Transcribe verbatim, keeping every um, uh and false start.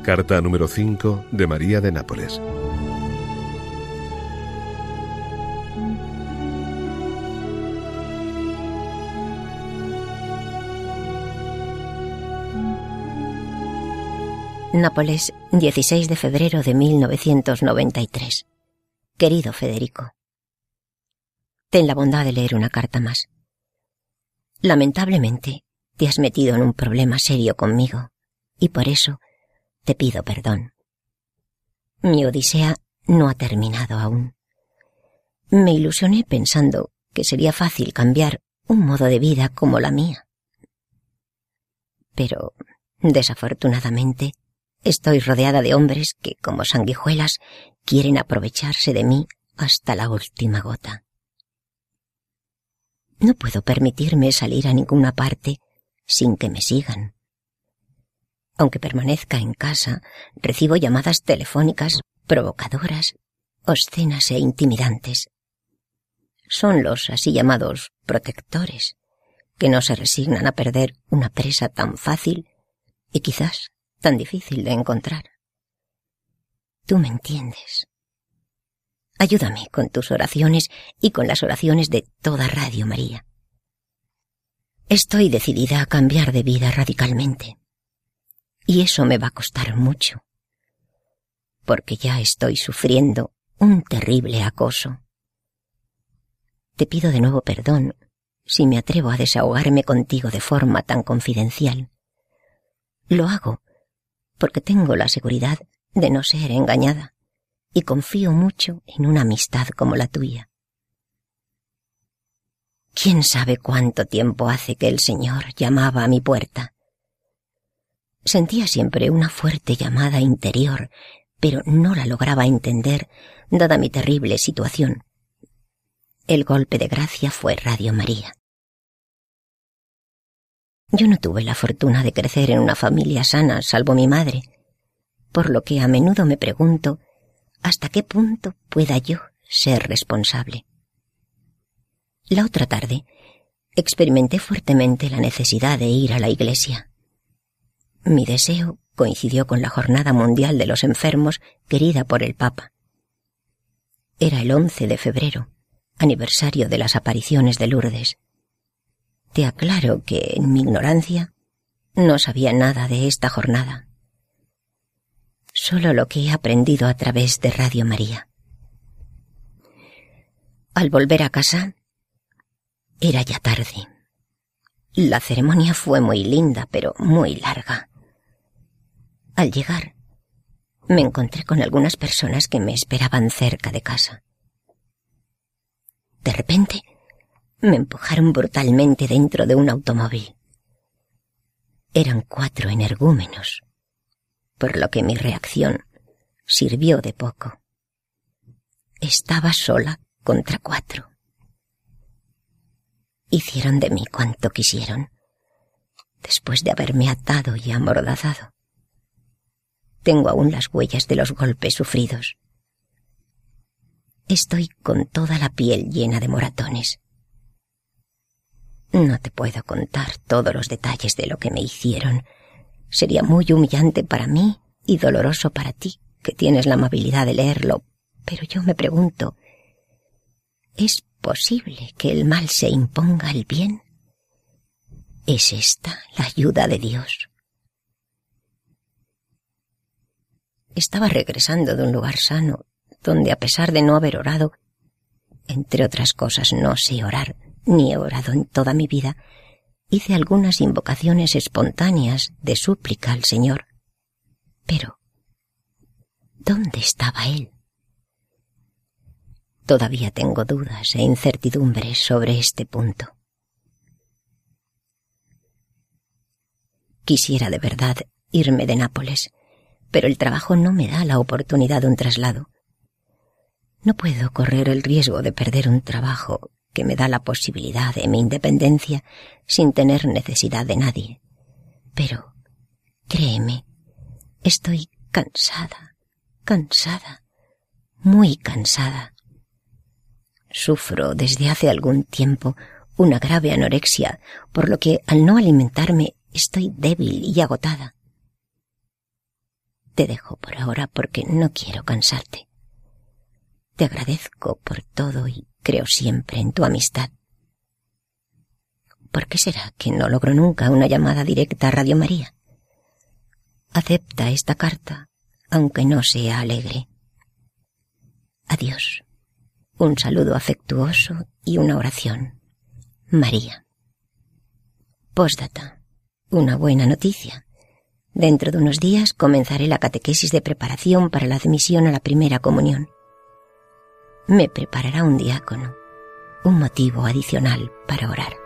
Carta número cinco de María de Nápoles. Nápoles, dieciséis de febrero de mil novecientos noventa y tres. Querido Federico, ten la bondad de leer una carta más. Lamentablemente, te has metido en un problema serio conmigo, y por eso te pido perdón. Mi odisea no ha terminado aún. Me ilusioné pensando que sería fácil cambiar un modo de vida como la mía. Pero, desafortunadamente, estoy rodeada de hombres que, como sanguijuelas, quieren aprovecharse de mí hasta la última gota. No puedo permitirme salir a ninguna parte sin que me sigan. Aunque permanezca en casa, recibo llamadas telefónicas provocadoras, obscenas e intimidantes. Son los así llamados protectores, que no se resignan a perder una presa tan fácil y quizás tan difícil de encontrar. Tú me entiendes. Ayúdame con tus oraciones y con las oraciones de toda Radio María. Estoy decidida a cambiar de vida radicalmente. Y eso me va a costar mucho. Porque ya estoy sufriendo un terrible acoso. Te pido de nuevo perdón si me atrevo a desahogarme contigo de forma tan confidencial. Lo hago porque tengo la seguridad de no ser engañada y confío mucho en una amistad como la tuya. ¿Quién sabe cuánto tiempo hace que el Señor llamaba a mi puerta? Sentía siempre una fuerte llamada interior, pero no la lograba entender, dada mi terrible situación. El golpe de gracia fue Radio María. Yo no tuve la fortuna de crecer en una familia sana, salvo mi madre, por lo que a menudo me pregunto hasta qué punto pueda yo ser responsable. La otra tarde experimenté fuertemente la necesidad de ir a la iglesia. Mi deseo coincidió con la Jornada Mundial de los Enfermos querida por el Papa. Era el once de febrero, aniversario de las apariciones de Lourdes. Te aclaro que, en mi ignorancia, no sabía nada de esta jornada. Solo lo que he aprendido a través de Radio María. Al volver a casa, era ya tarde. La ceremonia fue muy linda, pero muy larga. Al llegar, me encontré con algunas personas que me esperaban cerca de casa. De repente, me empujaron brutalmente dentro de un automóvil. Eran cuatro energúmenos, por lo que mi reacción sirvió de poco. Estaba sola contra cuatro. Hicieron de mí cuanto quisieron, después de haberme atado y amordazado. Tengo aún las huellas de los golpes sufridos. Estoy con toda la piel llena de moratones. No te puedo contar todos los detalles de lo que me hicieron. Sería muy humillante para mí y doloroso para ti, que tienes la amabilidad de leerlo. Pero yo me pregunto, ¿es posible que el mal se imponga al bien? ¿Es esta la ayuda de Dios? Estaba regresando de un lugar sano, donde a pesar de no haber orado, entre otras cosas no sé orar, ni he orado en toda mi vida, hice algunas invocaciones espontáneas de súplica al Señor. Pero, ¿dónde estaba Él? Todavía tengo dudas e incertidumbres sobre este punto. Quisiera de verdad irme de Nápoles, pero el trabajo no me da la oportunidad de un traslado. No puedo correr el riesgo de perder un trabajo que me da la posibilidad de mi independencia sin tener necesidad de nadie. Pero, créeme, estoy cansada, cansada, muy cansada. Sufro desde hace algún tiempo una grave anorexia, por lo que al no alimentarme estoy débil y agotada. Te dejo por ahora porque no quiero cansarte. Te agradezco por todo y creo siempre en tu amistad. ¿Por qué será que no logro nunca una llamada directa a Radio María? Acepta esta carta, aunque no sea alegre. Adiós. Un saludo afectuoso y una oración. María. Pósdata. Una buena noticia. Dentro de unos días comenzaré la catequesis de preparación para la admisión a la primera comunión. Me preparará un diácono, un motivo adicional para orar.